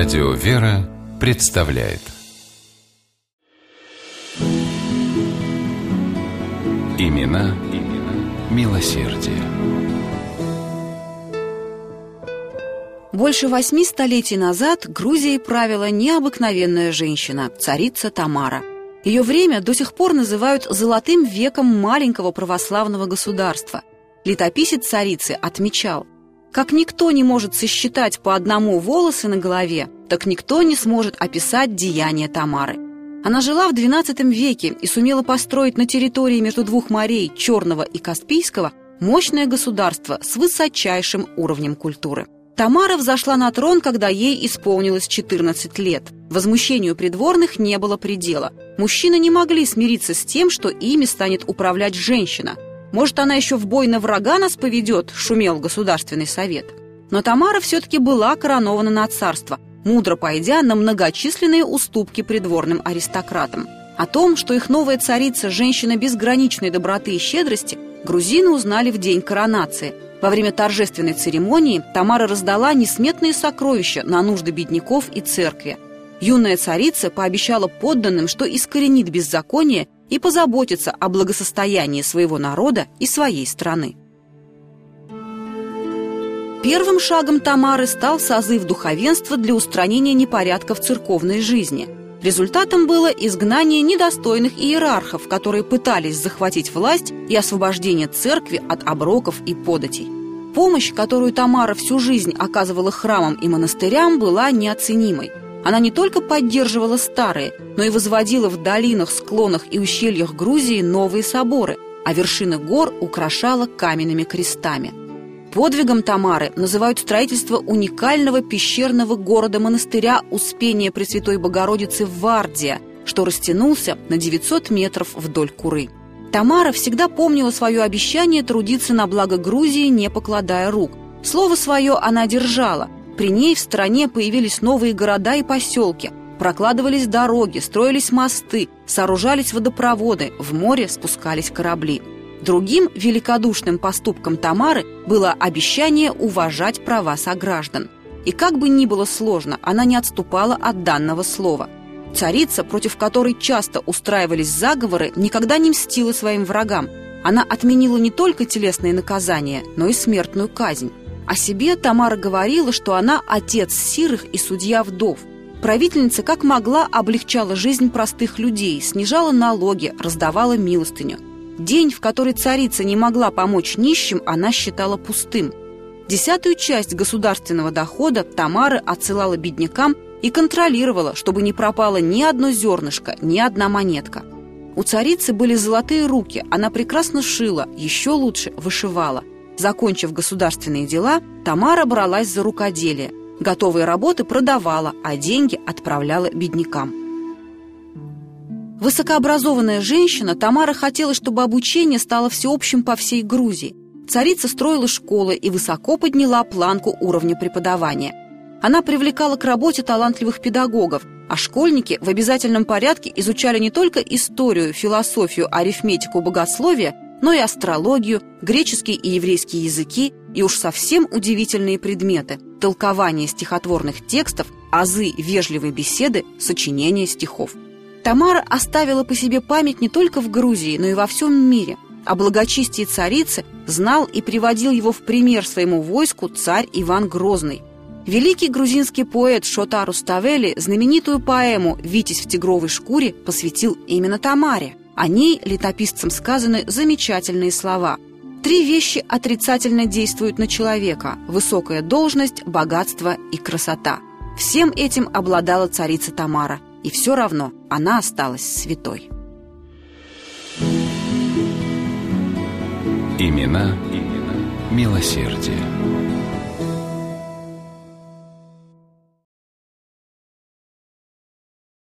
Радио «Вера» представляет Имена милосердия. Больше 8 столетий назад Грузией правила необыкновенная женщина, царица Тамара. Ее время до сих пор называют «золотым веком маленького православного государства». Летописец царицы отмечал: «Как никто не может сосчитать по одному волосы на голове, так никто не сможет описать деяния Тамары». Она жила в XII веке и сумела построить на территории между двух морей, Черного и Каспийского, мощное государство с высочайшим уровнем культуры. Тамара взошла на трон, когда ей исполнилось 14 лет. Возмущению придворных не было предела. Мужчины не могли смириться с тем, что ими станет управлять женщина. «Может, она еще в бой на врага нас поведет?» – шумел Государственный совет. Но Тамара все-таки была коронована на царство, мудро пойдя на многочисленные уступки придворным аристократам. О том, что их новая царица – женщина безграничной доброты и щедрости, грузины узнали в день коронации. Во время торжественной церемонии Тамара раздала несметные сокровища на нужды бедняков и церкви. Юная царица пообещала подданным, что искоренит беззаконие и позаботится о благосостоянии своего народа и своей страны. Первым шагом Тамары стал созыв духовенства для устранения непорядка в церковной жизни. Результатом было изгнание недостойных иерархов, которые пытались захватить власть, и освобождение церкви от оброков и податей. Помощь, которую Тамара всю жизнь оказывала храмам и монастырям, была неоценимой. Она не только поддерживала старые, но и возводила в долинах, склонах и ущельях Грузии новые соборы, а вершины гор украшала каменными крестами. Подвигом Тамары называют строительство уникального пещерного города-монастыря Успения Пресвятой Богородицы в Вардия, что растянулся на 900 метров вдоль Куры. Тамара всегда помнила свое обещание трудиться на благо Грузии, не покладая рук. Слово свое она держала. При ней в стране появились новые города и поселки, прокладывались дороги, строились мосты, сооружались водопроводы, в море спускались корабли. Другим великодушным поступком Тамары было обещание уважать права сограждан. И как бы ни было сложно, она не отступала от данного слова. Царица, против которой часто устраивались заговоры, никогда не мстила своим врагам. Она отменила не только телесные наказания, но и смертную казнь. О себе Тамара говорила, что она отец сирых и судья вдов. Правительница как могла облегчала жизнь простых людей, снижала налоги, раздавала милостыню. День, в который царица не могла помочь нищим, она считала пустым. 10-ю часть государственного дохода Тамара отсылала беднякам и контролировала, чтобы не пропало ни одно зернышко, ни одна монетка. У царицы были золотые руки, она прекрасно шила, еще лучше вышивала. Закончив государственные дела, Тамара бралась за рукоделие. Готовые работы продавала, а деньги отправляла беднякам. Высокообразованная женщина, Тамара хотела, чтобы обучение стало всеобщим по всей Грузии. Царица строила школы и высоко подняла планку уровня преподавания. Она привлекала к работе талантливых педагогов, а школьники в обязательном порядке изучали не только историю, философию, арифметику, богословие, но и астрологию, греческий и еврейский языки и уж совсем удивительные предметы – толкование стихотворных текстов, азы вежливой беседы, сочинение стихов. Тамара оставила по себе память не только в Грузии, но и во всем мире. О благочестии царицы знал и приводил его в пример своему войску царь Иван Грозный. Великий грузинский поэт Шота Руставели знаменитую поэму «Витязь в тигровой шкуре» посвятил именно Тамаре. О ней летописцам сказаны замечательные слова. 3 вещи отрицательно действуют на человека – высокая должность, богатство и красота. Всем этим обладала царица Тамара, и все равно она осталась святой. Имена милосердия.